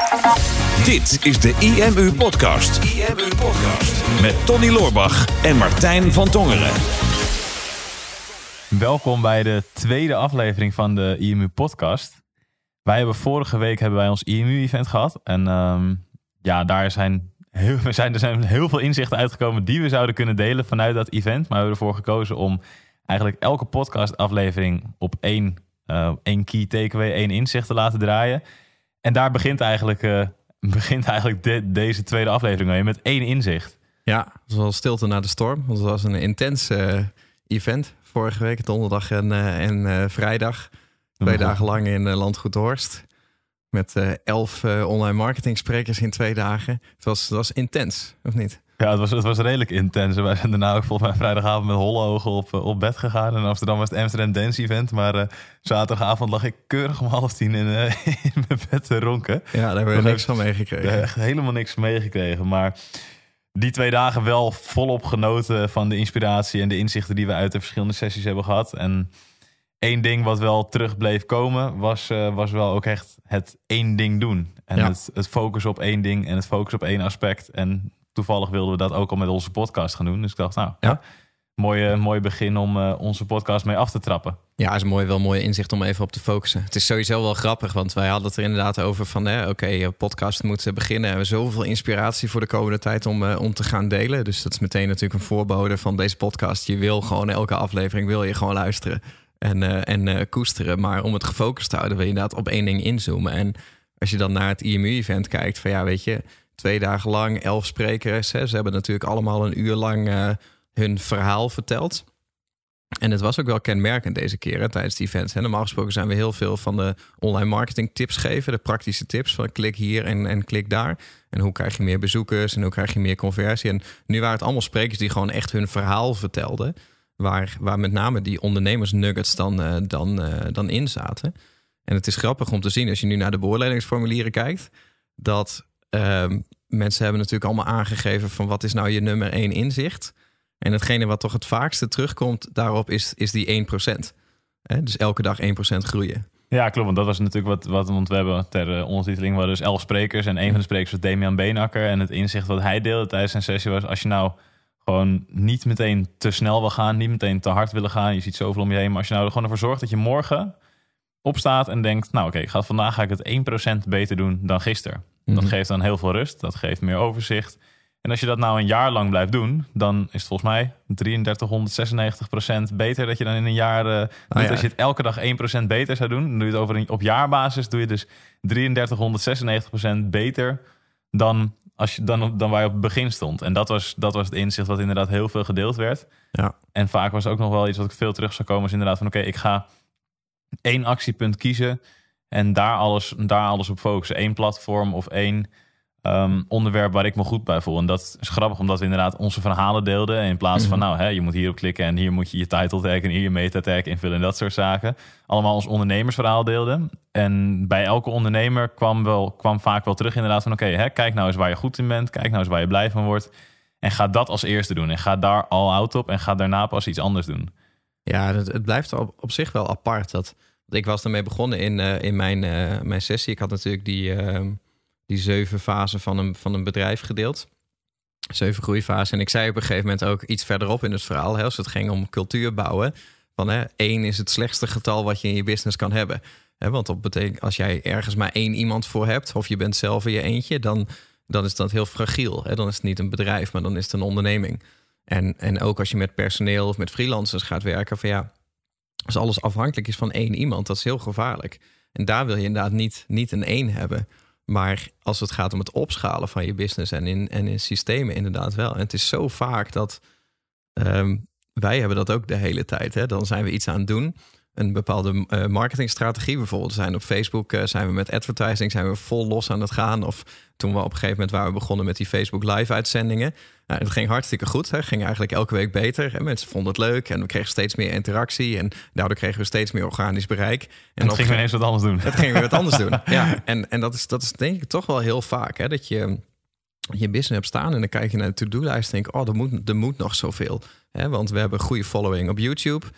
Dit is de IMU Podcast. IMU Podcast. Met Tony Loorbach en Martijn van Tongeren. Welkom bij de tweede aflevering van de IMU Podcast. Vorige week hebben wij ons IMU-event gehad. En er zijn heel veel inzichten uitgekomen die we zouden kunnen delen vanuit dat event. Maar we hebben ervoor gekozen om eigenlijk elke podcast-aflevering op één key takeaway, één inzicht te laten draaien. En daar begint eigenlijk deze tweede aflevering mee met één inzicht. Ja, het was stilte na de storm. Want het was een intens event vorige week, donderdag en vrijdag. 2 dagen lang in Landgoed Horst. Met 11 online marketing sprekers in 2 dagen. Het was intens, of niet? Ja, het was redelijk intens. Wij zijn daarna ook volgens mij vrijdagavond met holle ogen op bed gegaan. In Amsterdam was het Amsterdam Dance Event. Maar zaterdagavond lag ik keurig om 9:30 in mijn bed te ronken. Ja, daar hebben we niks van meegekregen. Echt helemaal niks meegekregen. Maar die 2 dagen wel volop genoten van de inspiratie en de inzichten die we uit de verschillende sessies hebben gehad. En één ding wat wel terug bleef komen was wel ook echt het één ding doen. En het focussen op één ding en het focussen op één aspect. En toevallig wilden we dat ook al met onze podcast gaan doen. Dus ik dacht, mooi begin om onze podcast mee af te trappen. Ja, is wel mooi inzicht om even op te focussen. Het is sowieso wel grappig, want wij hadden het er inderdaad over van... podcast moet beginnen. We hebben zoveel inspiratie voor de komende tijd om te gaan delen. Dus dat is meteen natuurlijk een voorbode van deze podcast. Je wil gewoon elke aflevering luisteren en koesteren. Maar om het gefocust te houden wil je inderdaad op één ding inzoomen. En als je dan naar het IMU-event kijkt van 2 dagen lang, 11 sprekers. Ze hebben natuurlijk allemaal 1 uur lang hun verhaal verteld. En het was ook wel kenmerkend deze keer tijdens het event. Normaal gesproken zijn we heel veel van de online marketing tips geven. De praktische tips van klik hier en klik daar. En hoe krijg je meer bezoekers en hoe krijg je meer conversie. En nu waren het allemaal sprekers die gewoon echt hun verhaal vertelden. Waar met name die ondernemersnuggets dan in zaten. En het is grappig om te zien als je nu naar de beoordelingsformulieren kijkt. Dat mensen hebben natuurlijk allemaal aangegeven van wat is nou je nummer 1 inzicht. En hetgene wat toch het vaakste terugkomt daarop is die 1%. Dus elke dag 1% groeien. Ja, klopt. Want dat was natuurlijk want we hebben ter ondertiteling dus 11 sprekers. En een van de sprekers was Damian Beenakker. En het inzicht wat hij deelde tijdens zijn sessie was, als je nou gewoon niet meteen te snel wil gaan, niet meteen te hard willen gaan. Je ziet zoveel om je heen. Maar als je nou er gewoon ervoor zorgt dat je morgen opstaat en denkt, vandaag ga ik het 1% beter doen dan gisteren. Dat geeft dan heel veel rust. Dat geeft meer overzicht. En als je dat nou een jaar lang blijft doen, dan is het volgens mij 3396% beter dat je dan in een jaar doet. Als je het elke dag 1% beter zou doen, dan doe je het op jaarbasis, doe je dus 3396% beter dan waar je op het begin stond. En dat was het inzicht wat inderdaad heel veel gedeeld werd. Ja. En vaak was ook nog wel iets wat ik veel terug zou komen, is inderdaad van ik ga 1 actiepunt kiezen en daar alles op focussen. 1 platform of 1 onderwerp waar ik me goed bij voel. En dat is grappig, omdat we inderdaad onze verhalen deelden. En in plaats van, je moet hierop klikken en hier moet je je title tag en hier je meta tag invullen en dat soort zaken. Allemaal ons ondernemersverhaal deelden. En bij elke ondernemer kwam vaak wel terug inderdaad van kijk nou eens waar je goed in bent. Kijk nou eens waar je blij van wordt. En ga dat als eerste doen. En ga daar all out op en ga daarna pas iets anders doen. Ja, het blijft op zich wel apart. Ik was ermee begonnen in mijn sessie. Ik had natuurlijk die 7 fasen van een bedrijf gedeeld. 7 groeifasen. En ik zei op een gegeven moment ook iets verderop in het verhaal, als het ging om cultuur bouwen, van 1 is het slechtste getal wat je in je business kan hebben. Want dat betekent, als jij ergens maar 1 iemand voor hebt, of je bent zelf in je eentje, dan is dat heel fragiel. Dan is het niet een bedrijf, maar dan is het een onderneming. En ook als je met personeel of met freelancers gaat werken, van als alles afhankelijk is van 1 iemand, dat is heel gevaarlijk. En daar wil je inderdaad niet een 1 hebben. Maar als het gaat om het opschalen van je business en in systemen inderdaad wel. En het is zo vaak dat wij hebben dat ook de hele tijd. Dan zijn we iets aan het doen. Een bepaalde marketingstrategie. Bijvoorbeeld zijn op Facebook zijn we met advertising zijn we vol los aan het gaan. Of toen we op een gegeven moment waren we begonnen met die Facebook live uitzendingen. Het ging hartstikke goed. Het ging eigenlijk elke week beter. En mensen vonden het leuk. En we kregen steeds meer interactie. En daardoor kregen we steeds meer organisch bereik. En het ging weer eens wat anders doen. Het ging weer wat anders doen. Ja, en dat is denk ik toch wel heel vaak. Dat je business hebt staan en dan kijk je naar de to-do-lijst en denk er moet nog zoveel. Want we hebben een goede following op YouTube.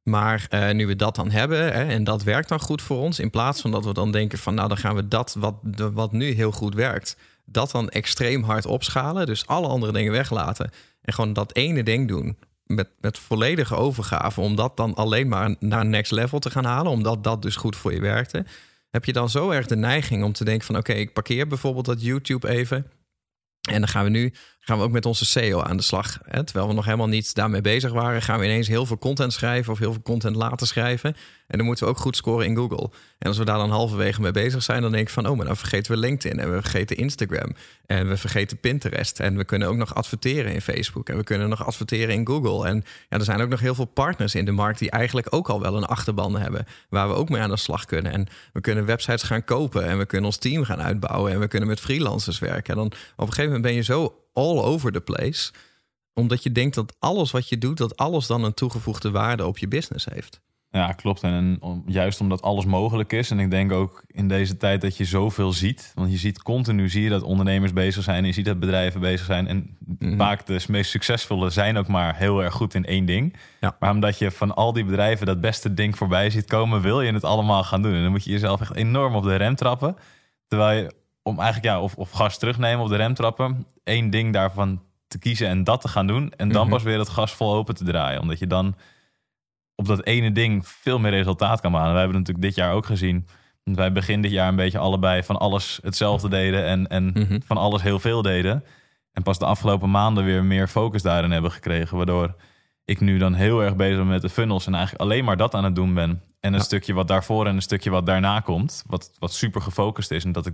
Maar nu we dat dan hebben en dat werkt dan goed voor ons, in plaats van dat we dan denken van nou dan gaan we dat wat nu heel goed werkt, dat dan extreem hard opschalen. Dus alle andere dingen weglaten en gewoon dat ene ding doen met volledige overgave, om dat dan alleen maar naar next level te gaan halen, omdat dat dus goed voor je werkte. Heb je dan zo erg de neiging om te denken van oké, ik parkeer bijvoorbeeld dat YouTube even. En dan gaan we ook met onze SEO aan de slag. Hè? Terwijl we nog helemaal niet daarmee bezig waren, gaan we ineens heel veel content schrijven of heel veel content laten schrijven. En dan moeten we ook goed scoren in Google. En als we daar dan halverwege mee bezig zijn, dan denk ik van, oh, maar dan vergeten we LinkedIn en we vergeten Instagram en we vergeten Pinterest. En we kunnen ook nog adverteren in Facebook en we kunnen nog adverteren in Google. En ja, er zijn ook nog heel veel partners in de markt die eigenlijk ook al wel een achterban hebben, waar we ook mee aan de slag kunnen. En we kunnen websites gaan kopen en we kunnen ons team gaan uitbouwen en we kunnen met freelancers werken. En dan op een gegeven moment ben je zo all over the place, omdat je denkt dat alles wat je doet, dat alles dan een toegevoegde waarde op je business heeft. Ja, klopt. En juist omdat alles mogelijk is. En ik denk ook in deze tijd dat je zoveel ziet. Want je ziet continu dat ondernemers bezig zijn. En je ziet dat bedrijven bezig zijn. En vaak de meest succesvolle zijn ook maar heel erg goed in één ding. Ja. Maar omdat je van al die bedrijven dat beste ding voorbij ziet komen, wil je het allemaal gaan doen. En dan moet je jezelf echt enorm op de rem trappen. Terwijl je om eigenlijk of gas terugnemen op de rem trappen, één ding daarvan te kiezen en dat te gaan doen. En dan pas weer het gas vol open te draaien. Omdat je dan op dat ene ding veel meer resultaat kan behalen. Wij hebben natuurlijk dit jaar ook gezien. Wij begin dit jaar een beetje allebei van alles hetzelfde deden en van alles heel veel deden. En pas de afgelopen maanden weer meer focus daarin hebben gekregen. Waardoor ik nu dan heel erg bezig ben met de funnels en eigenlijk alleen maar dat aan het doen ben. En een stukje wat daarvoor en een stukje wat daarna komt. Wat super gefocust is. En dat ik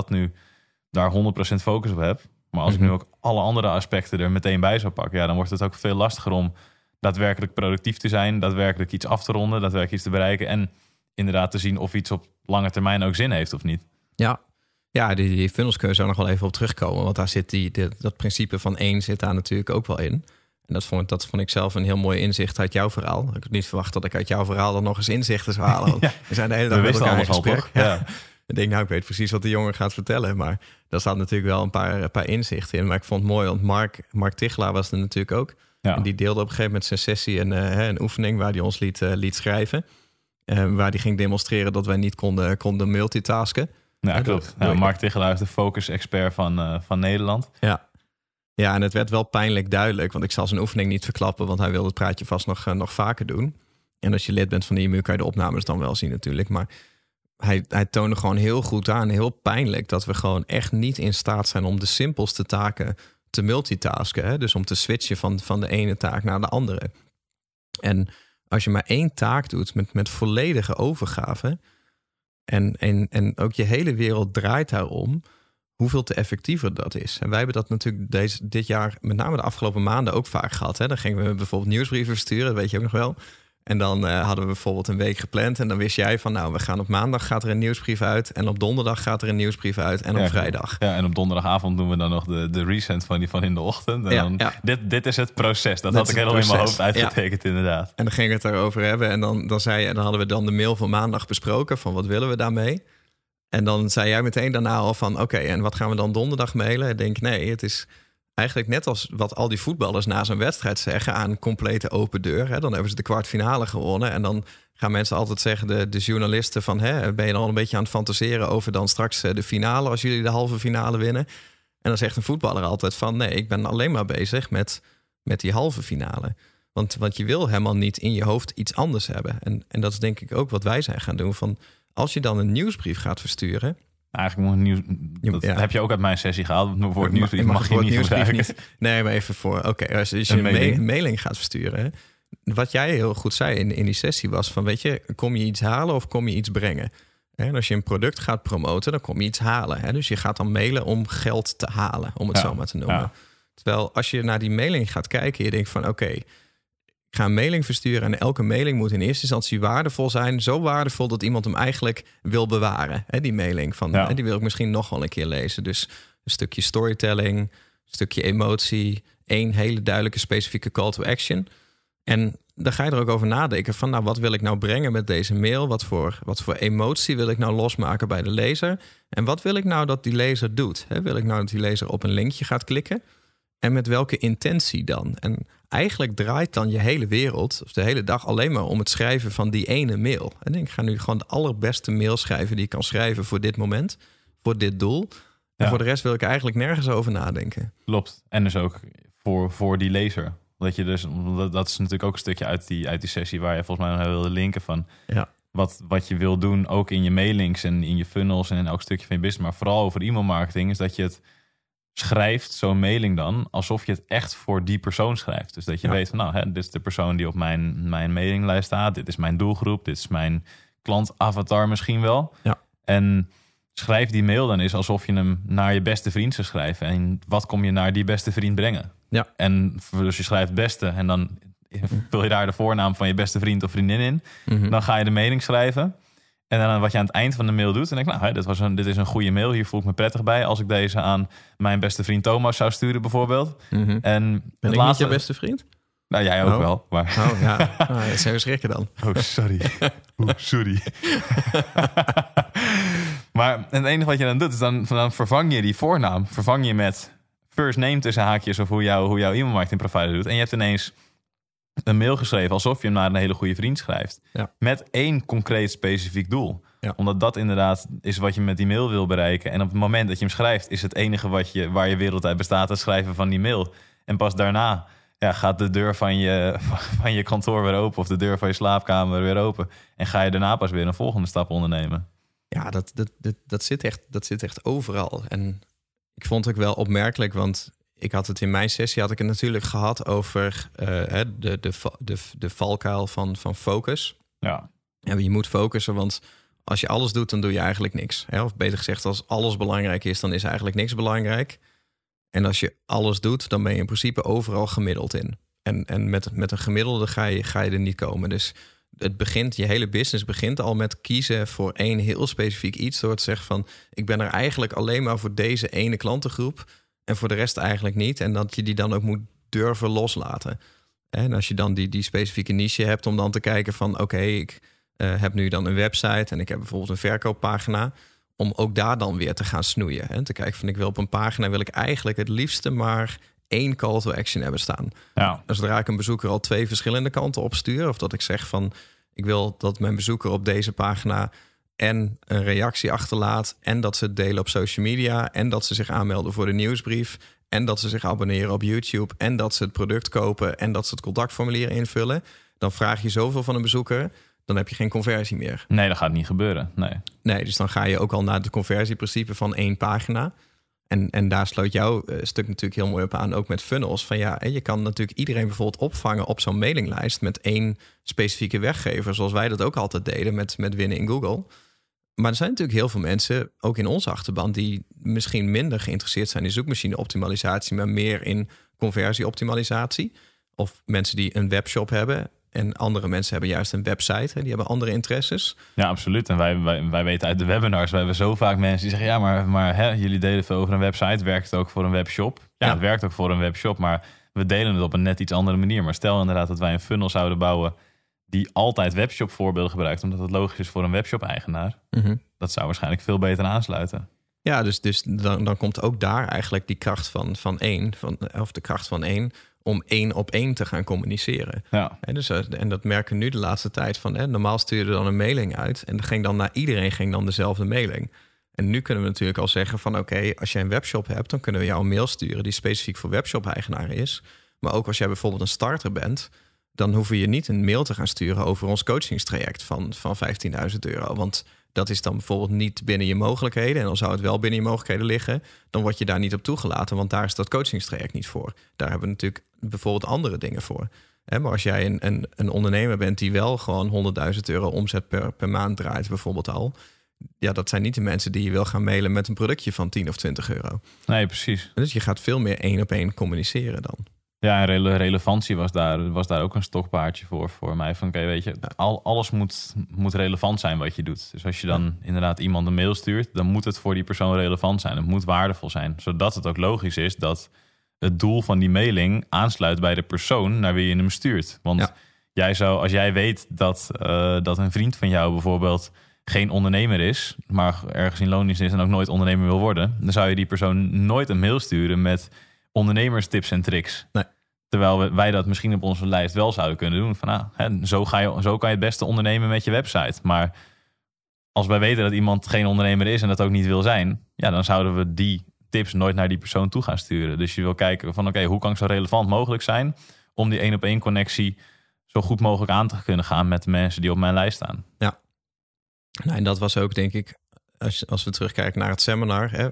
daar 100% focus op heb. Maar als ik nu ook alle andere aspecten er meteen bij zou pakken, ja, dan wordt het ook veel lastiger om daadwerkelijk productief te zijn, daadwerkelijk iets af te ronden, daadwerkelijk iets te bereiken en inderdaad te zien of iets op lange termijn ook zin heeft of niet. Ja, die funnels kun je zo nog wel even op terugkomen, want daar zit dat principe van 1 zit daar natuurlijk ook wel in. En dat vond ik zelf een heel mooi inzicht uit jouw verhaal. Ik had niet verwacht dat ik uit jouw verhaal dan nog eens inzichten zou halen. Ja, we zijn de hele dag met elkaar in gesprek. Ja. Ik denk, ik weet precies wat de jongen gaat vertellen. Maar daar staat natuurlijk wel een paar inzichten in. Maar ik vond het mooi, want Mark Tichelaar was er natuurlijk ook. Ja. En die deelde op een gegeven moment zijn sessie een oefening waar hij ons liet schrijven. Waar hij ging demonstreren dat wij niet konden multitasken. Ja, klopt. Mark Tichelaar is de focus-expert van Nederland. Ja, en het werd wel pijnlijk duidelijk. Want ik zal zijn oefening niet verklappen, want hij wilde het praatje vast nog vaker doen. En als je lid bent van de IMU kan je de opnames dan wel zien natuurlijk. Maar hij toonde gewoon heel goed aan, heel pijnlijk, dat we gewoon echt niet in staat zijn om de simpelste taken te multitasken. Hè? Dus om te switchen van de ene taak naar de andere. En als je maar 1 taak doet met volledige overgave en ook je hele wereld draait daarom, hoeveel te effectiever dat is. En wij hebben dat natuurlijk dit jaar, met name de afgelopen maanden, ook vaak gehad. Hè? Dan gingen we bijvoorbeeld nieuwsbrieven versturen, dat weet je ook nog wel. En dan hadden we bijvoorbeeld een week gepland. En dan wist jij van, we gaan op maandag gaat er een nieuwsbrief uit. En op donderdag gaat er een nieuwsbrief uit. En op vrijdag. Ja, en op donderdagavond doen we dan nog de resend van in de ochtend. En dit is het proces. Dat had ik helemaal in mijn hoofd uitgetekend, inderdaad. En dan ging het erover hebben. En dan hadden we dan de mail van maandag besproken. Van wat willen we daarmee? En dan zei jij meteen daarna al van, oké, en wat gaan we dan donderdag mailen? Ik denk, nee, het is eigenlijk net als wat al die voetballers na zo'n wedstrijd zeggen aan complete open deur. Hè? Dan hebben ze de kwartfinale gewonnen. En dan gaan mensen altijd zeggen, de journalisten van, ben je dan al een beetje aan het fantaseren over dan straks de finale als jullie de halve finale winnen? En dan zegt een voetballer altijd van, nee, ik ben alleen maar bezig met die halve finale. Want je wil helemaal niet in je hoofd iets anders hebben. En dat is denk ik ook wat wij zijn gaan doen. Van als je dan een nieuwsbrief gaat versturen. Eigenlijk dat heb je ook uit mijn sessie gehaald. Het woord nieuwsbrief mag je niet gebruiken. Nee, maar even voor. Oké, als je een mailing gaat versturen. Wat jij heel goed zei in die sessie was van, weet je, kom je iets halen of kom je iets brengen? En als je een product gaat promoten, dan kom je iets halen. Dus je gaat dan mailen om geld te halen, om het zo maar te noemen. Ja. Terwijl als je naar die mailing gaat kijken, je denkt van, oké, ik ga een mailing versturen en elke mailing moet in eerste instantie waardevol zijn. Zo waardevol dat iemand hem eigenlijk wil bewaren. Die mailing die wil ik misschien nog wel een keer lezen. Dus een stukje storytelling, een stukje emotie, 1 hele duidelijke specifieke call to action. En dan ga je er ook over nadenken van, wat wil ik nou brengen met deze mail? Wat voor emotie wil ik nou losmaken bij de lezer? En wat wil ik nou dat die lezer doet? Wil ik nou dat die lezer op een linkje gaat klikken? En met welke intentie dan? En eigenlijk draait dan je hele wereld, of de hele dag, alleen maar om het schrijven van die ene mail. En ik ga nu gewoon de allerbeste mail schrijven die ik kan schrijven voor dit moment, voor dit doel. En voor de rest wil ik eigenlijk nergens over nadenken. Klopt. En dus ook voor die lezer. Dat is natuurlijk ook een stukje uit die sessie waar je volgens mij nog wilde linken van. Ja. Wat je wil doen, ook in je mailings en in je funnels en in elk stukje van je business, maar vooral over e-mailmarketing, is dat je het schrijft, zo'n mailing dan, alsof je het echt voor die persoon schrijft. Dus dat je weet van, dit is de persoon die op mijn mailinglijst staat, dit is mijn doelgroep, dit is mijn klantavatar misschien wel. Ja. En schrijf die mail dan eens alsof je hem naar je beste vriend zou schrijven. En wat kom je naar die beste vriend brengen? Ja. En dus je schrijft beste en dan vul je daar de voornaam van je beste vriend of vriendin in. Mm-hmm. Dan ga je de mailing schrijven. En dan wat je aan het eind van de mail doet, dan denk ik, dit is een goede mail. Hier voel ik me prettig bij als ik deze aan mijn beste vriend Thomas zou sturen bijvoorbeeld. Mm-hmm. En ben ik niet je beste vriend? Nou, jij ook wel. Maar... Oh ja, dat zijn we schrikken dan. Oh, sorry. Sorry. Maar het enige wat je dan doet, is dan vervang je die voornaam. Vervang je met first name tussen haakjes of hoe jouw e-mailmarketing provider doet. En je hebt ineens een mail geschreven alsof je hem naar een hele goede vriend schrijft. Ja. Met één concreet specifiek doel. Ja. Omdat dat inderdaad is wat je met die mail wil bereiken. En op het moment dat je hem schrijft, is het enige waar je wereld uit bestaat, het schrijven van die mail. En pas daarna gaat de deur van je kantoor weer open of de deur van je slaapkamer weer open. En ga je daarna pas weer een volgende stap ondernemen. Ja, dat zit echt overal. En ik vond het ook wel opmerkelijk, want ik had het in mijn sessie had ik het natuurlijk gehad over de valkuil van focus. Ja. En je moet focussen, want als je alles doet, dan doe je eigenlijk niks. Of beter gezegd, als alles belangrijk is, dan is eigenlijk niks belangrijk. En als je alles doet, dan ben je in principe overal gemiddeld in. En met een gemiddelde ga je er niet komen. Dus je hele business begint al met kiezen voor één heel specifiek iets. Door te zeggen van, ik ben er eigenlijk alleen maar voor deze ene klantengroep. En voor de rest eigenlijk niet. En dat je die dan ook moet durven loslaten. En als je dan die specifieke niche hebt, om dan te kijken van, oké, ik heb nu dan een website en ik heb bijvoorbeeld een verkooppagina, om ook daar dan weer te gaan snoeien. En te kijken van, ik wil op een pagina wil ik eigenlijk het liefste maar 1 call to action hebben staan. Ja. Zodra ik een bezoeker al 2 verschillende kanten opstuur, of dat ik zeg van, ik wil dat mijn bezoeker op deze pagina en een reactie achterlaat, en dat ze het delen op social media, en dat ze zich aanmelden voor de nieuwsbrief, en dat ze zich abonneren op YouTube, en dat ze het product kopen, en dat ze het contactformulier invullen, dan vraag je zoveel van een bezoeker, dan heb je geen conversie meer. Nee, dat gaat niet gebeuren. Nee, dus dan ga je ook al naar het conversieprincipe van 1 pagina. En daar sloot jouw stuk natuurlijk heel mooi op aan, ook met funnels. Van je kan natuurlijk iedereen bijvoorbeeld opvangen op zo'n mailinglijst met 1 specifieke weggever, zoals wij dat ook altijd deden met winnen in Google. Maar er zijn natuurlijk heel veel mensen, ook in onze achterban, die misschien minder geïnteresseerd zijn in zoekmachine-optimalisatie, maar meer in conversieoptimalisatie. Of mensen die een webshop hebben. En andere mensen hebben juist een website. Hè? Die hebben andere interesses. Ja, absoluut. En wij weten uit de webinars, we hebben zo vaak mensen die zeggen, ja, maar jullie delen veel over een website. Werkt het ook voor een webshop? Ja, het werkt ook voor een webshop, maar we delen het op een net iets andere manier. Maar stel inderdaad dat wij een funnel zouden bouwen die altijd webshop voorbeelden gebruikt, omdat het logisch is voor een webshop-eigenaar. Mm-hmm. Dat zou waarschijnlijk veel beter aansluiten. Ja, dus dan komt ook daar eigenlijk die kracht van 1, of de kracht van 1, om 1 op 1 te gaan communiceren. Ja. En dat merken we nu de laatste tijd van, normaal stuurde dan een mailing uit en naar iedereen ging dan dezelfde mailing. En nu kunnen we natuurlijk al zeggen van, oké, als jij een webshop hebt, dan kunnen we jou een mail sturen die specifiek voor webshop-eigenaren is. Maar ook als jij bijvoorbeeld een starter bent, dan hoeven je niet een mail te gaan sturen over ons coachingstraject van €15.000. Want dat is dan bijvoorbeeld niet binnen je mogelijkheden. En dan zou het wel binnen je mogelijkheden liggen, dan word je daar niet op toegelaten, want daar is dat coachingstraject niet voor. Daar hebben we natuurlijk bijvoorbeeld andere dingen voor. Maar als jij een ondernemer bent die wel gewoon €100.000 omzet per maand draait bijvoorbeeld al, ja, dat zijn niet de mensen die je wil gaan mailen met een productje van €10 of €20. Nee, precies. Dus je gaat veel meer 1 op 1 communiceren dan. Ja, en relevantie was daar ook een stokpaardje voor mij. Van oké, weet je, alles moet relevant zijn wat je doet. Dus als je dan inderdaad iemand een mail stuurt, dan moet het voor die persoon relevant zijn. Het moet waardevol zijn, zodat het ook logisch is dat het doel van die mailing aansluit bij de persoon naar wie je hem stuurt. Want als jij weet dat een vriend van jou bijvoorbeeld geen ondernemer is, maar ergens in loondienst is en ook nooit ondernemer wil worden, dan zou je die persoon nooit een mail sturen met ondernemerstips en tricks. Nee. Terwijl wij dat misschien op onze lijst wel zouden kunnen doen. Van, zo kan je het beste ondernemen met je website. Maar als wij weten dat iemand geen ondernemer is en dat ook niet wil zijn, ja, dan zouden we die tips nooit naar die persoon toe gaan sturen. Dus je wil kijken van oké, hoe kan ik zo relevant mogelijk zijn om die 1-op-1 connectie zo goed mogelijk aan te kunnen gaan met de mensen die op mijn lijst staan. Ja. Nou, en dat was ook, denk ik, als we terugkijken naar het seminar. Hè,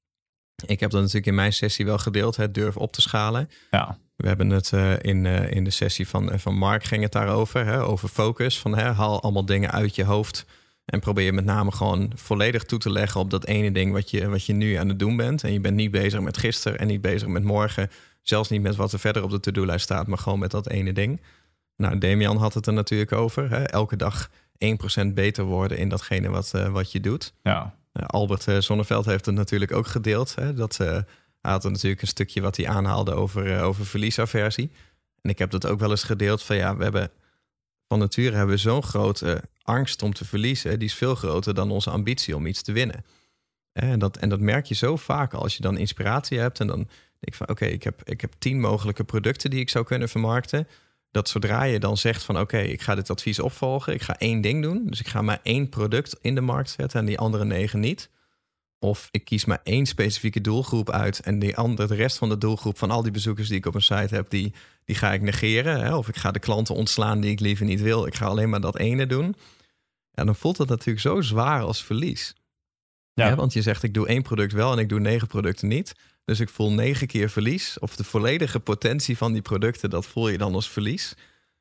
ik heb dat natuurlijk in mijn sessie wel gedeeld, het durf op te schalen. Ja. We hebben het in de sessie van Mark ging het daarover, hè, over focus. Van haal allemaal dingen uit je hoofd en probeer met name gewoon volledig toe te leggen op dat ene ding wat je nu aan het doen bent. En je bent niet bezig met gisteren en niet bezig met morgen. Zelfs niet met wat er verder op de to-do-lijst staat, maar gewoon met dat ene ding. Nou, Damian had het er natuurlijk over. Hè? Elke dag 1% beter worden in datgene wat je doet. Ja. Albert Zonneveld heeft het natuurlijk ook gedeeld. Hè? Hij had er natuurlijk een stukje wat hij aanhaalde over verliesaversie. En ik heb dat ook wel eens gedeeld van ja, van nature hebben we zo'n grote angst om te verliezen. Die is veel groter dan onze ambitie om iets te winnen. En dat merk je zo vaak als je dan inspiratie hebt. En dan denk ik van oké, ik heb 10 mogelijke producten die ik zou kunnen vermarkten. Dat zodra je dan zegt van oké, ik ga dit advies opvolgen. Ik ga 1 ding doen. Dus ik ga maar 1 product in de markt zetten en die andere 9 niet. Of ik kies maar 1 specifieke doelgroep uit. En de rest van de doelgroep van al die bezoekers die ik op een site heb, die ga ik negeren. Hè? Of ik ga de klanten ontslaan die ik liever niet wil. Ik ga alleen maar dat ene doen. Ja, dan voelt dat natuurlijk zo zwaar als verlies. Ja. Ja, want je zegt ik doe 1 product wel en ik doe 9 producten niet. Dus ik voel 9 keer verlies. Of de volledige potentie van die producten, dat voel je dan als verlies.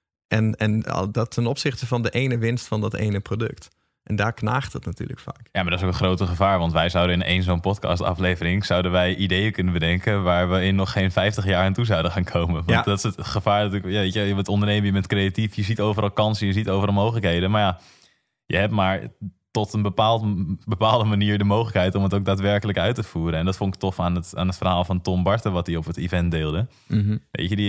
En dat ten opzichte van de ene winst van dat ene product. En daar knaagt het natuurlijk vaak. Ja, maar dat is ook een grote gevaar. Want wij zouden in 1 zo'n podcastaflevering zouden wij ideeën kunnen bedenken waar we in nog geen 50 jaar aan toe zouden gaan komen. Want ja. Dat is het gevaar natuurlijk. Ja, weet je bent ondernemer, je bent creatief, je ziet overal kansen, je ziet overal mogelijkheden. Maar ja, je hebt maar tot een bepaalde manier de mogelijkheid om het ook daadwerkelijk uit te voeren. En dat vond ik tof aan het verhaal van Tom Barten, wat hij op het event deelde. Mm-hmm. Weet je,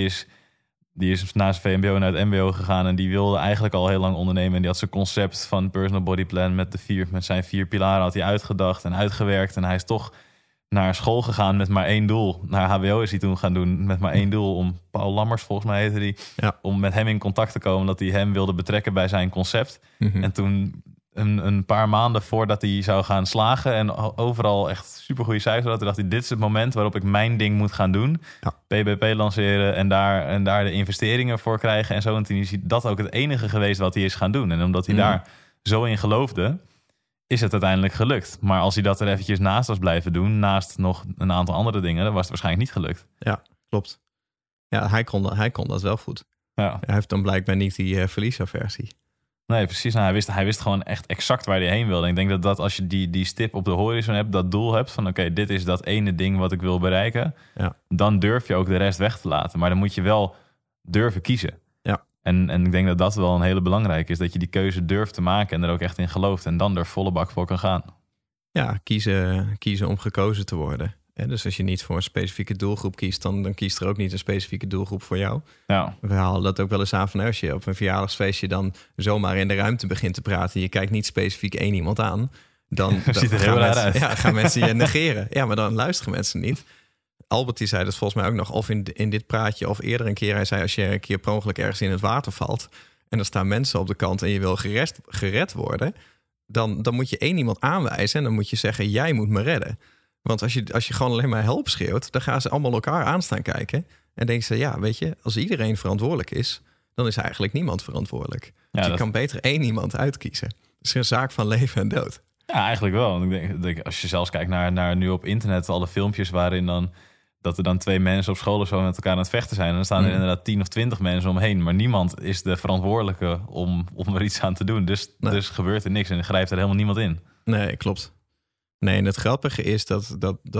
die is na zijn VMBO naar het MBO gegaan en die wilde eigenlijk al heel lang ondernemen. En die had zijn concept van personal body plan met zijn 4 pilaren had hij uitgedacht en uitgewerkt. En hij is toch naar school gegaan met maar 1 doel. Naar HBO is hij toen gaan doen met maar 1 doel. Om Paul Lammers, volgens mij heette die, om met hem in contact te komen, dat hij hem wilde betrekken bij zijn concept. Mm-hmm. En toen een paar maanden voordat hij zou gaan slagen en overal echt supergoeie cijfers had, dacht hij, dit is het moment waarop ik mijn ding moet gaan doen. Ja. PBP lanceren en daar de investeringen voor krijgen en zo. En toen is dat ook het enige geweest wat hij is gaan doen. En omdat hij daar zo in geloofde, is het uiteindelijk gelukt. Maar als hij dat er eventjes naast was blijven doen, naast nog een aantal andere dingen, dan was het waarschijnlijk niet gelukt. Ja, klopt. Ja, hij kon dat wel goed. Ja. Hij heeft dan blijkbaar niet die verliesaversie. Nee, precies. Nou, hij wist gewoon echt exact waar hij heen wilde. Ik denk dat als je die stip op de horizon hebt, dat doel hebt van oké, dit is dat ene ding wat ik wil bereiken, dan durf je ook de rest weg te laten. Maar dan moet je wel durven kiezen. Ja. En ik denk dat dat wel een hele belangrijke is, dat je die keuze durft te maken en er ook echt in gelooft en dan er volle bak voor kan gaan. Ja, kiezen om gekozen te worden. Ja, dus als je niet voor een specifieke doelgroep kiest, dan kiest er ook niet een specifieke doelgroep voor jou. Ja. We halen dat ook wel eens aan van als je op een verjaardagsfeestje dan zomaar in de ruimte begint te praten, je kijkt niet specifiek 1 iemand aan, dan ziet er heel raar uit. Ja, gaan mensen je negeren. Ja, maar dan luisteren mensen niet. Albert die zei dat volgens mij ook nog, of in dit praatje of eerder een keer. Hij zei, als je een keer per ongeluk ergens in het water valt en er staan mensen op de kant en je wil gered worden, dan moet je 1 iemand aanwijzen en dan moet je zeggen, jij moet me redden. Want als je gewoon alleen maar help schreeuwt, dan gaan ze allemaal elkaar aan staan kijken. En denken ze, ja, weet je, als iedereen verantwoordelijk is, dan is eigenlijk niemand verantwoordelijk. Ja, dus je kan beter 1 iemand uitkiezen. Het is een zaak van leven en dood. Ja, eigenlijk wel. Ik denk als je zelfs kijkt naar nu op internet, alle filmpjes waarin dan dat er dan 2 mensen op school of zo met elkaar aan het vechten zijn. En dan staan er inderdaad 10 of 20 mensen omheen. Maar niemand is de verantwoordelijke om er iets aan te doen. Dus gebeurt er niks en er grijpt er helemaal niemand in. Nee, klopt. Nee, en het grappige is dat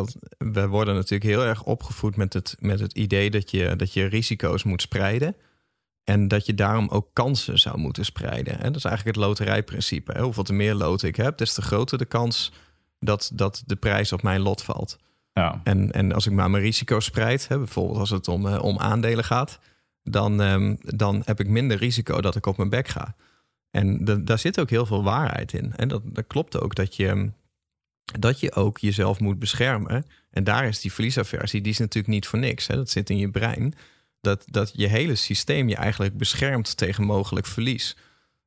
we worden natuurlijk heel erg opgevoed met het idee dat je risico's moet spreiden. En dat je daarom ook kansen zou moeten spreiden. En dat is eigenlijk het loterijprincipe. Hoeveel te meer loten ik heb, des te groter de kans dat de prijs op mijn lot valt. Ja. En als ik maar mijn risico's spreid, bijvoorbeeld als het om aandelen gaat, dan heb ik minder risico dat ik op mijn bek ga. En daar zit ook heel veel waarheid in. En dat klopt ook dat je dat je ook jezelf moet beschermen. En daar is die verliesaversie, die is natuurlijk niet voor niks. Hè? Dat zit in je brein. Dat je hele systeem je eigenlijk beschermt tegen mogelijk verlies.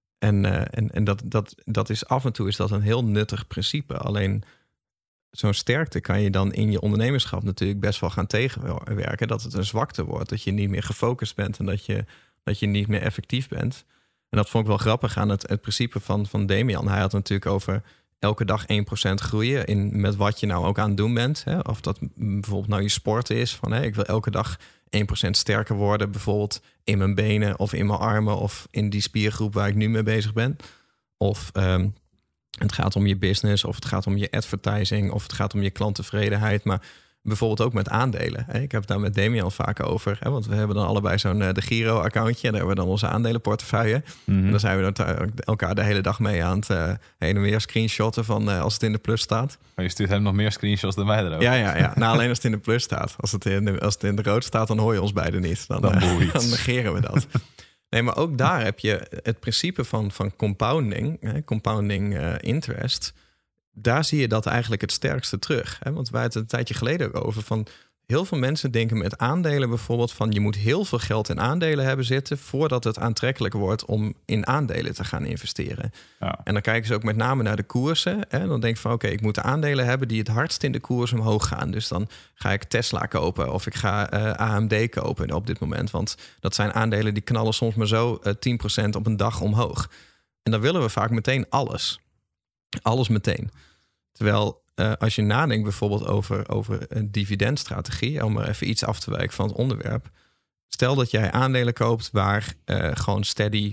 En dat is af en toe is dat een heel nuttig principe. Alleen zo'n sterkte kan je dan in je ondernemerschap natuurlijk best wel gaan tegenwerken. Dat het een zwakte wordt, dat je niet meer gefocust bent en dat je niet meer effectief bent. En dat vond ik wel grappig aan het principe van Damian. Hij had natuurlijk over elke dag 1% groeien met wat je nou ook aan het doen bent. Hè? Of dat bijvoorbeeld nou je sport is. Van ik wil elke dag 1% sterker worden. Bijvoorbeeld in mijn benen of in mijn armen of in die spiergroep waar ik nu mee bezig ben. Of het gaat om je business of het gaat om je advertising of het gaat om je klanttevredenheid. Maar bijvoorbeeld ook met aandelen. Ik heb het daar met Damian vaak over. Want we hebben dan allebei zo'n de Giro-accountje. En daar hebben we dan onze aandelenportefeuille. Mm-hmm. En dan zijn we elkaar de hele dag mee aan het heen en weer screenshotten van als het in de plus staat. Maar je stuurt hem nog meer screenshots dan mij erover. Ja. Nou, alleen als het in de plus staat. Als het in de rood staat, dan hoor je ons beiden niet. Dan negeren we dat. Nee, maar ook daar heb je het principe van compounding. Compounding interest. Daar zie je dat eigenlijk het sterkste terug. Hè? Want wij hadden het een tijdje geleden ook over van heel veel mensen denken met aandelen bijvoorbeeld van je moet heel veel geld in aandelen hebben zitten voordat het aantrekkelijk wordt om in aandelen te gaan investeren. Ja. En dan kijken ze ook met name naar de koersen. Hè? Dan denk je van oké, ik moet de aandelen hebben die het hardst in de koers omhoog gaan. Dus dan ga ik Tesla kopen of ik ga AMD kopen op dit moment. Want dat zijn aandelen die knallen soms maar zo 10% op een dag omhoog. En dan willen we vaak meteen alles. Alles meteen. Terwijl als je nadenkt bijvoorbeeld over een dividendstrategie, om maar even iets af te wijken van het onderwerp. Stel dat jij aandelen koopt waar gewoon steady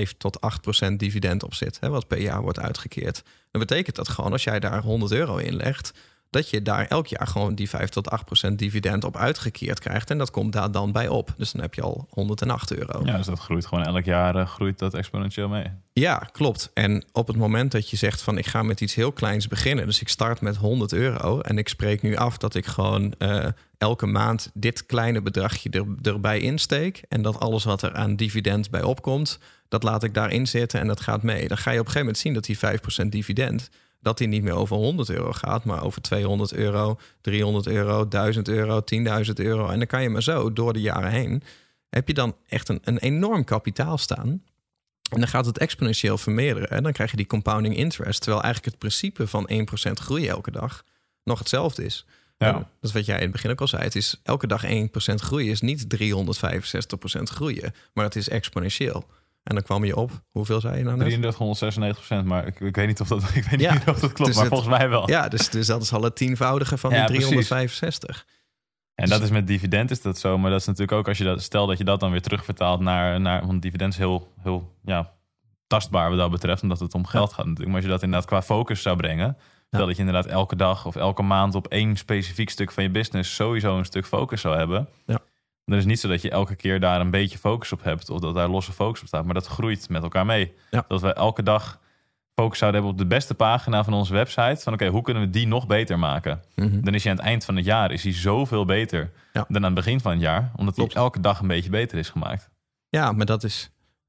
5-8% dividend op zit, wat per jaar wordt uitgekeerd. Dan betekent dat gewoon als jij daar €100 in legt, dat je daar elk jaar gewoon die 5-8% dividend op uitgekeerd krijgt. En dat komt daar dan bij op. Dus dan heb je al €108. Ja, dus dat groeit gewoon elk jaar groeit dat exponentieel mee. Ja, klopt. En op het moment dat je zegt van ik ga met iets heel kleins beginnen. Dus ik start met €100 en ik spreek nu af dat ik gewoon elke maand dit kleine bedragje erbij insteek. En dat alles wat er aan dividend bij opkomt, dat laat ik daarin zitten en dat gaat mee. Dan ga je op een gegeven moment zien dat die 5% dividend, dat die niet meer over €100 gaat, maar over €200, €300, €1000, €10.000. En dan kan je maar zo door de jaren heen, heb je dan echt een enorm kapitaal staan. En dan gaat het exponentieel vermeerderen. En dan krijg je die compounding interest. Terwijl eigenlijk het principe van 1% groei elke dag nog hetzelfde is. Ja. Dat is wat jij in het begin ook al zei. Het is elke dag 1% groeien is niet 365% groeien. Maar het is exponentieel. En dan kwam je op, hoeveel zei je nou net? 3396%, maar ik weet niet of dat, niet of dat klopt, dus maar volgens mij wel. Ja, dus dat is al het 10-voudige van die 365. En dat is met dividend is dat zo, maar dat is natuurlijk ook als je stel dat je dat dan weer terugvertaalt naar want dividend is heel tastbaar wat dat betreft, omdat het om geld gaat natuurlijk. Maar als je dat inderdaad qua focus zou brengen, stel dat je inderdaad elke dag of elke maand op één specifiek stuk van je business sowieso een stuk focus zou hebben. Ja. Dan is het niet zo dat je elke keer daar een beetje focus op hebt of dat daar losse focus op staat, maar dat groeit met elkaar mee. Ja. Dat we elke dag focus zouden hebben op de beste pagina van onze website. Van oké, hoe kunnen we die nog beter maken? Mm-hmm. Dan is hij aan het eind van het jaar is hij zoveel beter dan aan het begin van het jaar, omdat hij elke dag een beetje beter is gemaakt. Ja, maar dat is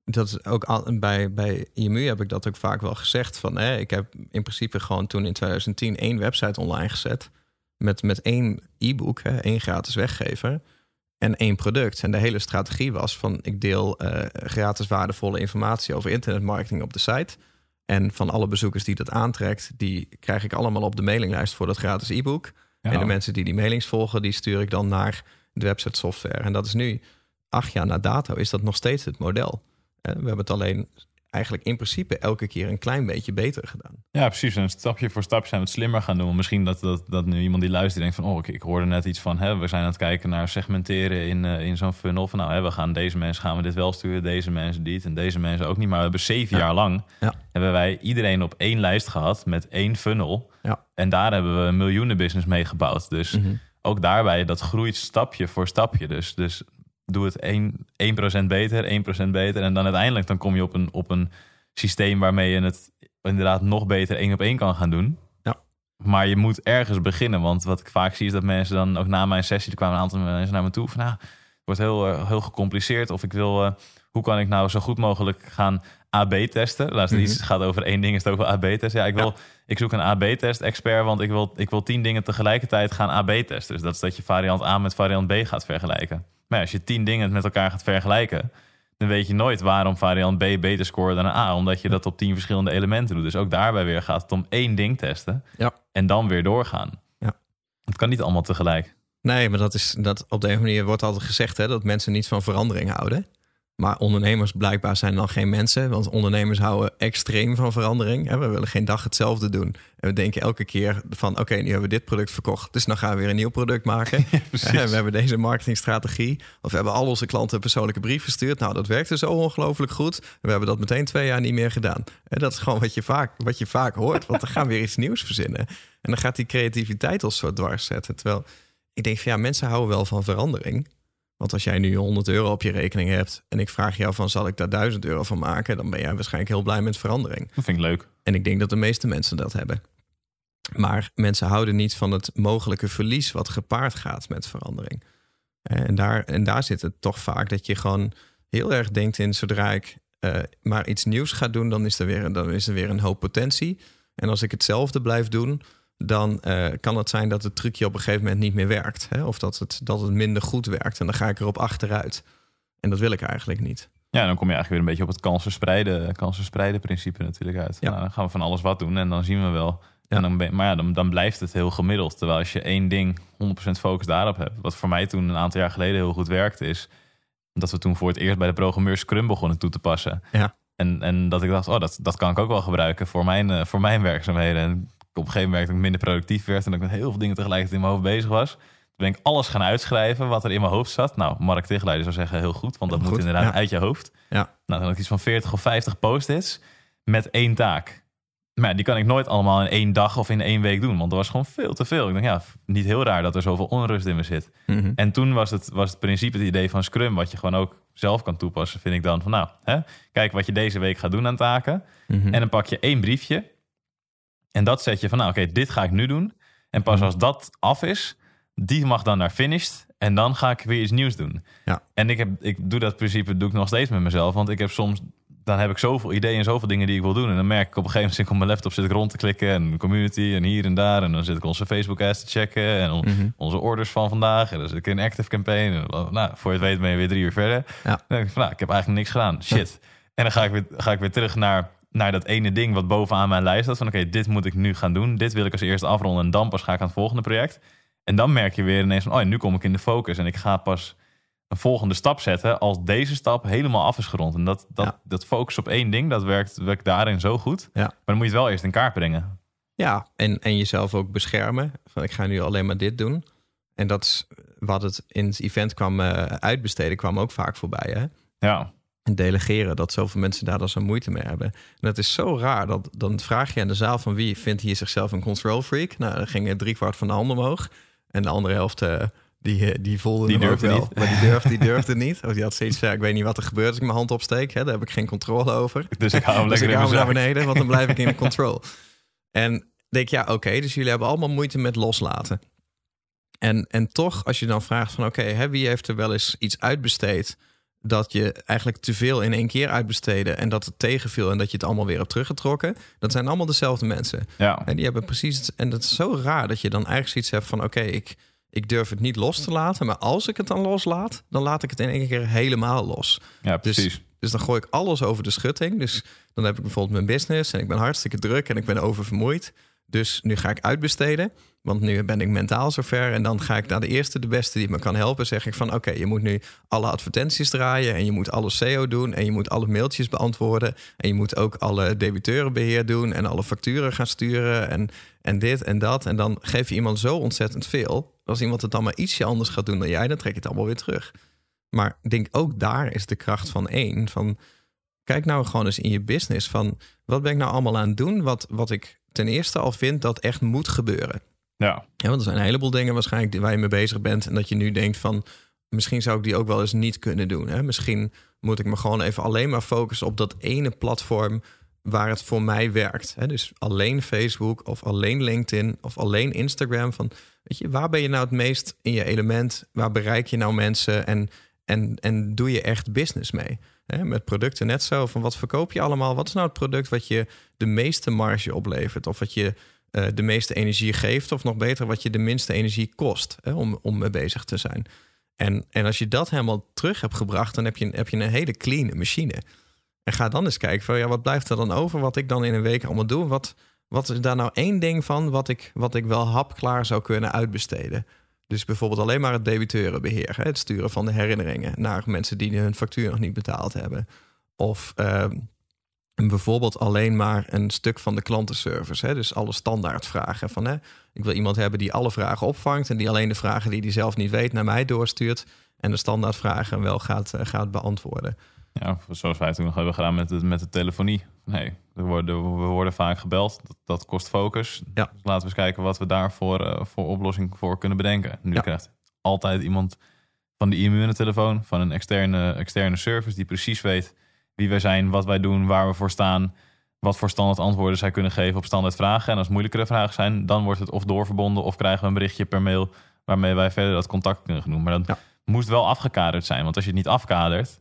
ook bij IMU heb ik dat ook vaak wel gezegd. Van, ik heb in principe gewoon toen in 2010 één website online gezet met één e-book, 1 gratis weggever en 1 product. En de hele strategie was van ik deel gratis waardevolle informatie over internetmarketing op de site. En van alle bezoekers die dat aantrekt, die krijg ik allemaal op de mailinglijst voor dat gratis e-book. Ja. En de mensen die mailings volgen, die stuur ik dan naar de website software. En dat is nu 8 jaar na dato, is dat nog steeds het model. We hebben het alleen eigenlijk in principe elke keer een klein beetje beter gedaan. Ja, precies. En stapje voor stapje zijn we het slimmer gaan doen. Misschien dat nu iemand die luistert denkt van ik hoorde net iets van we zijn aan het kijken naar segmenteren in zo'n funnel. Van we gaan deze mensen gaan we dit wel sturen, deze mensen niet en deze mensen ook niet. Maar we hebben 7 jaar lang hebben wij iedereen op 1 lijst gehad met 1 funnel. Ja. En daar hebben we een miljoenenbusiness mee gebouwd. Dus ook daarbij, dat groeit stapje voor stapje. Dus doe het 1% beter, 1% beter. En dan uiteindelijk dan kom je op een systeem waarmee je het inderdaad nog beter 1 op 1 kan gaan doen. Ja. Maar je moet ergens beginnen. Want wat ik vaak zie is dat mensen dan ook na mijn sessie, er kwamen een aantal mensen naar me toe van het wordt heel gecompliceerd. Of ik wil, hoe kan ik nou zo goed mogelijk gaan AB-testen. Laatst iets gaat over 1 ding, is het over AB-testen. Ja, ik zoek een AB-test-expert, want ik wil 10 dingen tegelijkertijd gaan AB-testen. Dus dat is dat je variant A met variant B gaat vergelijken. Maar als je 10 dingen met elkaar gaat vergelijken, dan weet je nooit waarom variant B beter scoort dan een A. Omdat je dat op 10 verschillende elementen doet. Dus ook daarbij weer gaat het om 1 ding testen. Ja. En dan weer doorgaan. Ja. Het kan niet allemaal tegelijk. Nee, maar dat op de een manier wordt altijd gezegd, hè, dat mensen niet van verandering houden. Maar ondernemers blijkbaar zijn dan geen mensen. Want ondernemers houden extreem van verandering. We willen geen dag hetzelfde doen. En we denken elke keer van oké, nu hebben we dit product verkocht. Dus dan gaan we weer een nieuw product maken. Ja, we hebben deze marketingstrategie. Of we hebben al onze klanten een persoonlijke brief verstuurd. Nou, dat werkte zo ongelooflijk goed. We hebben dat meteen 2 jaar niet meer gedaan. En dat is gewoon wat je vaak hoort. Want dan gaan we weer iets nieuws verzinnen. En dan gaat die creativiteit als soort dwars zetten. Terwijl ik denk van mensen houden wel van verandering. Want als jij nu €100 op je rekening hebt en ik vraag jou van zal ik daar €1000 van maken, dan ben jij waarschijnlijk heel blij met verandering. Dat vind ik leuk. En ik denk dat de meeste mensen dat hebben. Maar mensen houden niet van het mogelijke verlies wat gepaard gaat met verandering. En daar zit het toch vaak dat je gewoon heel erg denkt in zodra ik maar iets nieuws ga doen, dan is er weer een hoop potentie. En als ik hetzelfde blijf doen, dan kan het zijn dat het trucje op een gegeven moment niet meer werkt. Hè? Of dat het minder goed werkt. En dan ga ik erop achteruit. En dat wil ik eigenlijk niet. Ja, dan kom je eigenlijk weer een beetje op het kansenspreiden principe natuurlijk uit. Ja. Nou, dan gaan we van alles wat doen en dan zien we wel. Ja. En dan blijft het heel gemiddeld. Terwijl als je 1 ding 100% focus daarop hebt. Wat voor mij toen een aantal jaar geleden heel goed werkte, is dat we toen voor het eerst bij de programmeur Scrum begonnen toe te passen. Ja. En dat ik dacht, dat kan ik ook wel gebruiken voor mijn werkzaamheden. En op een gegeven moment ik minder productief werd en dat ik met heel veel dingen tegelijkertijd in mijn hoofd bezig was. Toen ben ik alles gaan uitschrijven wat er in mijn hoofd zat. Nou, Mark Tichelaar zou zeggen heel goed, want dat moet inderdaad uit je hoofd. Ja. Nou, dan had ik iets van 40 of 50 post-its met 1 taak. Maar ja, die kan ik nooit allemaal in 1 dag of in 1 week doen, want dat was gewoon veel te veel. Ik dacht, niet heel raar dat er zoveel onrust in me zit. Mm-hmm. En toen was het principe, het idee van Scrum, wat je gewoon ook zelf kan toepassen, vind ik dan van kijk wat je deze week gaat doen aan taken. Mm-hmm. En dan pak je 1 briefje. En dat zet je van, oké, dit ga ik nu doen. En pas als dat af is, die mag dan naar finished. En dan ga ik weer iets nieuws doen. Ja. En ik doe dat principe nog steeds met mezelf. Want dan heb ik zoveel ideeën en zoveel dingen die ik wil doen. En dan merk ik op een gegeven moment, op mijn laptop zit ik rond te klikken. En community en hier en daar. En dan zit ik onze Facebook ads te checken. En onze orders van vandaag. En dan zit ik in een Active Campaign. En, voor je het weet ben je weer 3 uur verder. Ja. Dan denk ik van, ik heb eigenlijk niks gedaan. Shit. Ja. En dan ga ik weer terug naar dat ene ding wat bovenaan mijn lijst staat. Van oké, dit moet ik nu gaan doen. Dit wil ik als eerste afronden. En dan pas ga ik aan het volgende project. En dan merk je weer ineens van, nu kom ik in de focus. En ik ga pas een volgende stap zetten als deze stap helemaal af is gerond. En dat focus op 1 ding, dat werkt daarin zo goed. Ja. Maar dan moet je het wel eerst in kaart brengen. Ja, en jezelf ook beschermen. Van ik ga nu alleen maar dit doen. En dat is wat het in het event kwam uitbesteden, kwam ook vaak voorbij. Hè? Ja. En delegeren, dat zoveel mensen daar dan zo moeite mee hebben. En dat is zo raar. Dan vraag je aan de zaal van wie vindt hier zichzelf een control freak. Nou, dan ging 3/4 van de hand omhoog. En de andere helft, die voelde die durfde wel, niet. Maar die durfde niet. Of die had zoiets van, ik weet niet wat er gebeurt als ik mijn hand opsteek. Hè, daar heb ik geen controle over. Dus ik hou hem naar beneden, want dan blijf ik in de control. En denk oké, dus jullie hebben allemaal moeite met loslaten. En toch, als je dan vraagt van oké, wie heeft er wel eens iets uitbesteed dat je eigenlijk te veel in 1 keer uitbesteedde en dat het tegenviel en dat je het allemaal weer hebt teruggetrokken. Dat zijn allemaal dezelfde mensen. Ja. En die hebben precies. En dat is zo raar dat je dan eigenlijk zoiets hebt van oké, ik durf het niet los te laten, maar als ik het dan loslaat, dan laat ik het in 1 keer helemaal los. Ja, precies. Dus dan gooi ik alles over de schutting. Dus dan heb ik bijvoorbeeld mijn business en ik ben hartstikke druk en ik ben oververmoeid. Dus nu ga ik uitbesteden, want nu ben ik mentaal zover. En dan ga ik naar de beste die me kan helpen. Zeg ik van oké, je moet nu alle advertenties draaien en je moet alle SEO doen en je moet alle mailtjes beantwoorden. En je moet ook alle debiteurenbeheer doen en alle facturen gaan sturen en dit en dat. En dan geef je iemand zo ontzettend veel. Als iemand het dan maar ietsje anders gaat doen dan jij, dan trek je het allemaal weer terug. Maar ik denk ook daar is de kracht van 1. Van kijk nou gewoon eens in je business van wat ben ik nou allemaal aan het doen wat ik ten eerste al vind dat echt moet gebeuren. Ja, want er zijn een heleboel dingen waarschijnlijk waar je mee bezig bent en dat je nu denkt van misschien zou ik die ook wel eens niet kunnen doen. Hè? Misschien moet ik me gewoon even alleen maar focussen op dat ene platform waar het voor mij werkt. Hè? Dus alleen Facebook of alleen LinkedIn of alleen Instagram. Van, weet je, waar ben je nou het meest in je element? Waar bereik je nou mensen? En doe je echt business mee. Met producten net zo. Van wat verkoop je allemaal? Wat is nou het product wat je de meeste marge oplevert? Of wat je de meeste energie geeft? Of nog beter, wat je de minste energie kost om mee bezig te zijn? En als je dat helemaal terug hebt gebracht, dan heb je een hele clean machine. En ga dan eens kijken van wat blijft er dan over? Wat ik dan in een week allemaal doe? Wat is daar nou één ding van wat ik wel hapklaar zou kunnen uitbesteden? Dus bijvoorbeeld alleen maar het debiteurenbeheer. Het sturen van de herinneringen naar mensen die hun factuur nog niet betaald hebben. Of bijvoorbeeld alleen maar een stuk van de klantenservice. Dus alle standaardvragen. Ik wil iemand hebben die alle vragen opvangt en die alleen de vragen die hij zelf niet weet naar mij doorstuurt. En de standaardvragen wel gaat beantwoorden. Ja, zoals wij toen nog hebben gedaan met de telefonie. Nee, we worden vaak gebeld. Dat kost focus. Ja. Dus laten we eens kijken wat we daar voor oplossing voor kunnen bedenken. Nu krijgt altijd iemand van de IMU aan de telefoon, van een externe service die precies weet wie wij zijn, wat wij doen, waar we voor staan, wat voor standaard antwoorden zij kunnen geven op standaard vragen. En als moeilijkere vragen zijn, dan wordt het of doorverbonden of krijgen we een berichtje per mail waarmee wij verder dat contact kunnen doen. Maar dat moest wel afgekaderd zijn. Want als je het niet afkadert,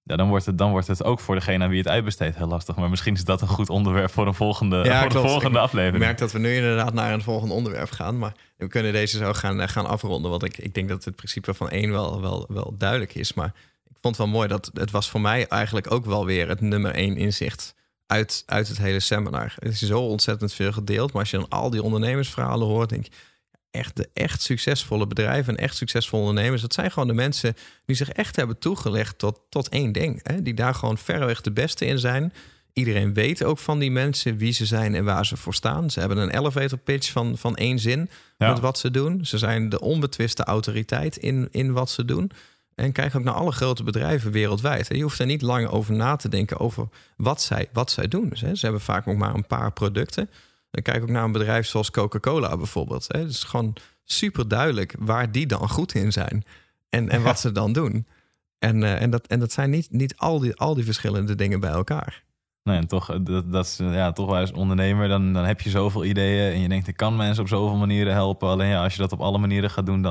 dan wordt het ook voor degene aan wie het uitbesteedt heel lastig. Maar misschien is dat een goed onderwerp voor een volgende aflevering. Ik merk dat we nu inderdaad naar een volgend onderwerp gaan. Maar we kunnen deze zo gaan afronden. Want ik denk dat het principe van 1 wel duidelijk is. Maar ik vond het wel mooi dat het was voor mij eigenlijk ook wel weer het nummer 1 inzicht uit het hele seminar. Het is zo ontzettend veel gedeeld. Maar als je dan al die ondernemersverhalen hoort, denk ik, de echt succesvolle bedrijven en echt succesvolle ondernemers, dat zijn gewoon de mensen die zich echt hebben toegelegd tot één ding. Die daar gewoon verreweg de beste in zijn. Iedereen weet ook van die mensen wie ze zijn en waar ze voor staan. Ze hebben een elevator pitch van 1 zin met wat ze doen. Ze zijn de onbetwiste autoriteit in wat ze doen. En kijk ook naar alle grote bedrijven wereldwijd. Je hoeft er niet lang over na te denken over wat zij doen. Ze hebben vaak nog maar een paar producten. Dan kijk ook naar een bedrijf zoals Coca-Cola bijvoorbeeld. Het is gewoon super duidelijk waar die dan goed in zijn. En wat ze dan doen. En dat zijn niet al die verschillende dingen bij elkaar. Nee, en toch, dat is toch wel als ondernemer, dan heb je zoveel ideeën en je denkt, ik kan mensen op zoveel manieren helpen. Alleen als je dat op alle manieren gaat doen,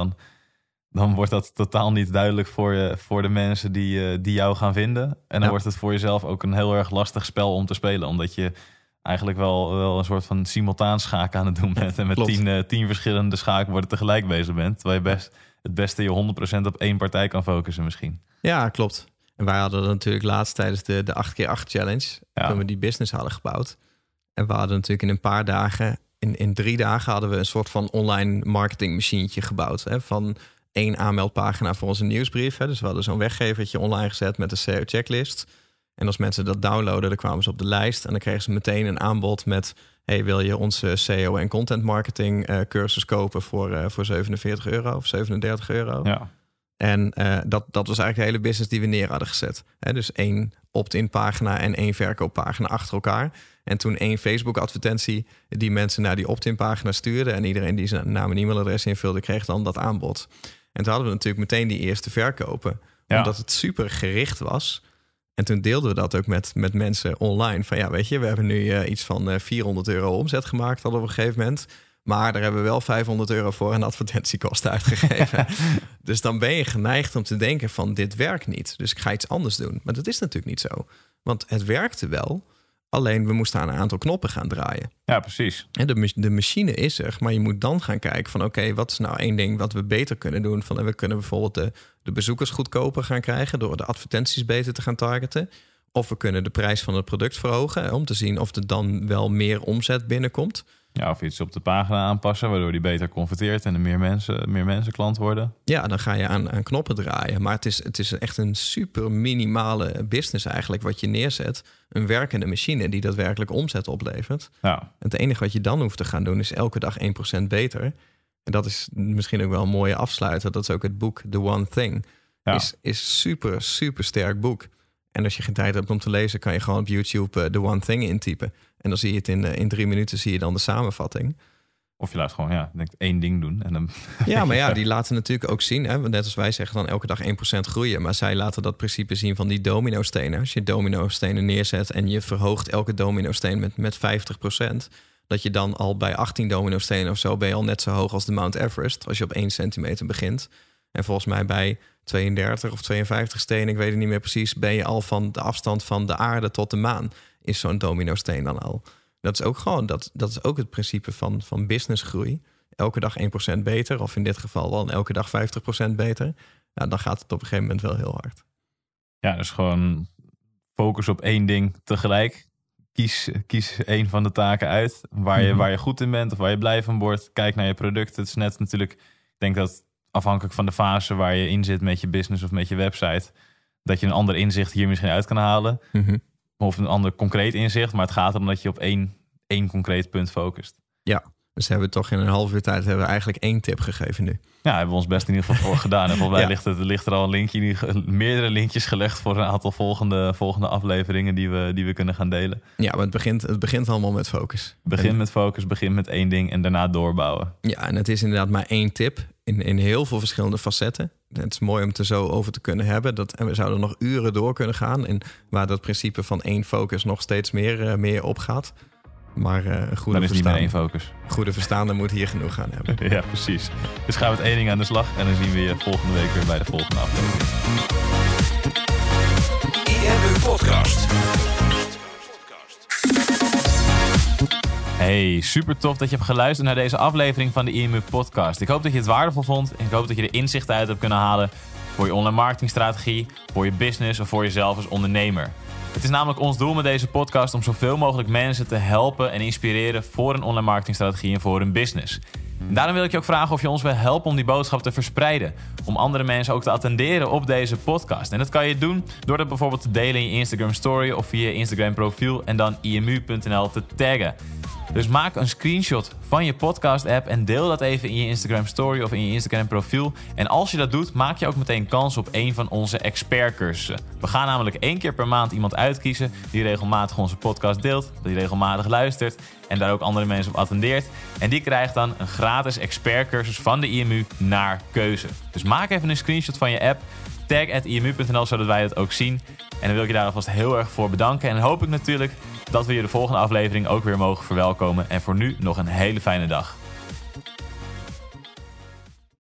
dan wordt dat totaal niet duidelijk voor de mensen die jou gaan vinden. En dan wordt het voor jezelf ook een heel erg lastig spel om te spelen. Omdat je eigenlijk wel een soort van simultaan schaken aan het doen bent. En met 10 verschillende schaakborden tegelijk bezig bent. Terwijl je het beste je 100% op 1 partij kan focussen misschien. Ja, klopt. En wij hadden natuurlijk laatst tijdens de 8x8 challenge, toen we die business hadden gebouwd. En we hadden natuurlijk in een paar dagen, in 3 dagen hadden we een soort van online marketing machientje gebouwd. Van 1 aanmeldpagina voor onze nieuwsbrief. Dus we hadden zo'n weggevertje online gezet met een SEO-checklist. En als mensen dat downloaden, dan kwamen ze op de lijst. En dan kregen ze meteen een aanbod met, hey, wil je onze SEO en content marketing cursus kopen voor €47 of €37? Ja. En dat was eigenlijk de hele business die we neer hadden gezet. Dus 1 opt-in pagina en 1 verkooppagina achter elkaar. En toen 1 Facebook advertentie die mensen naar die opt-in pagina stuurden. En iedereen die zijn naam en e-mailadres invulde, kreeg dan dat aanbod. En toen hadden we natuurlijk meteen die eerste verkopen. Ja. Omdat het super gericht was. En toen deelden we dat ook met mensen online. Van weet je, we hebben nu iets van €400 omzet gemaakt hadden we op een gegeven moment. Maar daar hebben we wel €500 voor een advertentiekosten uitgegeven. Dus dan ben je geneigd om te denken van dit werkt niet. Dus ik ga iets anders doen. Maar dat is natuurlijk niet zo. Want het werkte wel. Alleen we moesten aan een aantal knoppen gaan draaien. Ja, precies. En de machine is er. Maar je moet dan gaan kijken van oké, wat is nou één ding wat we beter kunnen doen? We kunnen bijvoorbeeld de bezoekers goedkoper gaan krijgen door de advertenties beter te gaan targeten. Of we kunnen de prijs van het product verhogen om te zien of er dan wel meer omzet binnenkomt. Ja, of iets op de pagina aanpassen, waardoor die beter converteert en er meer mensen klant worden. Ja, dan ga je aan knoppen draaien. Maar het is echt een super minimale business eigenlijk wat je neerzet. Een werkende machine die daadwerkelijk omzet oplevert. Ja. En het enige wat je dan hoeft te gaan doen is elke dag 1% beter. En dat is misschien ook wel een mooie afsluiter. Dat is ook het boek The One Thing. Ja. Is super, super sterk boek. En als je geen tijd hebt om te lezen, kan je gewoon op YouTube The One Thing intypen. En dan zie je het in 3 minuten zie je dan de samenvatting. Of je laat gewoon denkt 1 ding doen. En dan ja, maar die laten natuurlijk ook zien. Net als wij zeggen dan elke dag 1% groeien. Maar zij laten dat principe zien van die dominostenen. Als je dominostenen neerzet en je verhoogt elke dominosteen met 50%. Dat je dan al bij 18 dominostenen of zo ben je al net zo hoog als de Mount Everest. Als je op 1 centimeter begint. En volgens mij bij 32 of 52 stenen, ik weet het niet meer precies, ben je al van de afstand van de aarde tot de maan, is zo'n domino-steen dan al. Dat is ook gewoon, dat is ook het principe van businessgroei. Elke dag 1% beter, of in dit geval wel elke dag 50% beter. Nou, dan gaat het op een gegeven moment wel heel hard. Ja, dus gewoon focus op één ding tegelijk. Kies één van de taken uit waar je goed in bent of waar je blij van wordt. Kijk naar je product. Het is net natuurlijk, ik denk dat afhankelijk van de fase waar je in zit met je business of met je website, dat je een ander inzicht hier misschien uit kan halen. Of een ander concreet inzicht. Maar het gaat erom dat je op één concreet punt focust. Ja, dus hebben we toch in een half uur tijd hebben we eigenlijk 1 tip gegeven nu. Ja, hebben we ons best in ieder geval voor gedaan. En volgens mij ligt er al een linkje, meerdere linkjes gelegd voor een aantal volgende afleveringen die we kunnen gaan delen. Ja, maar het begint allemaal met focus. Met focus, begin met één ding en daarna doorbouwen. Ja, en het is inderdaad maar 1 tip in heel veel verschillende facetten. Het is mooi om het er zo over te kunnen hebben. En we zouden nog uren door kunnen gaan. En waar dat principe van 1 focus nog steeds meer opgaat. Maar een goede verstaander moet hier genoeg aan hebben. Ja, precies. Dus gaan we met 1 ding aan de slag. En dan zien we je volgende week weer bij de volgende aflevering. IMU Podcast. Hey, super tof dat je hebt geluisterd naar deze aflevering van de IMU Podcast. Ik hoop dat je het waardevol vond. En ik hoop dat je er inzichten uit hebt kunnen halen voor je online marketingstrategie, voor je business of voor jezelf als ondernemer. Het is namelijk ons doel met deze podcast om zoveel mogelijk mensen te helpen en inspireren voor een online marketingstrategie en voor hun business. En daarom wil ik je ook vragen of je ons wil helpen om die boodschap te verspreiden. Om andere mensen ook te attenderen op deze podcast. En dat kan je doen door dat bijvoorbeeld te delen in je Instagram story of via je Instagram profiel en dan imu.nl te taggen. Dus maak een screenshot van je podcast app en deel dat even in je Instagram story of in je Instagram profiel. En als je dat doet, maak je ook meteen kans op een van onze expertcursussen. We gaan namelijk 1 keer per maand iemand uitkiezen die regelmatig onze podcast deelt, die regelmatig luistert en daar ook andere mensen op attendeert. En die krijgt dan een gratis expertcursus van de IMU naar keuze. Dus maak even een screenshot van je app, tag @imu.nl zodat wij het ook zien. En dan wil ik je daar alvast heel erg voor bedanken. En dan hoop ik natuurlijk dat we je de volgende aflevering ook weer mogen verwelkomen. En voor nu nog een hele fijne dag.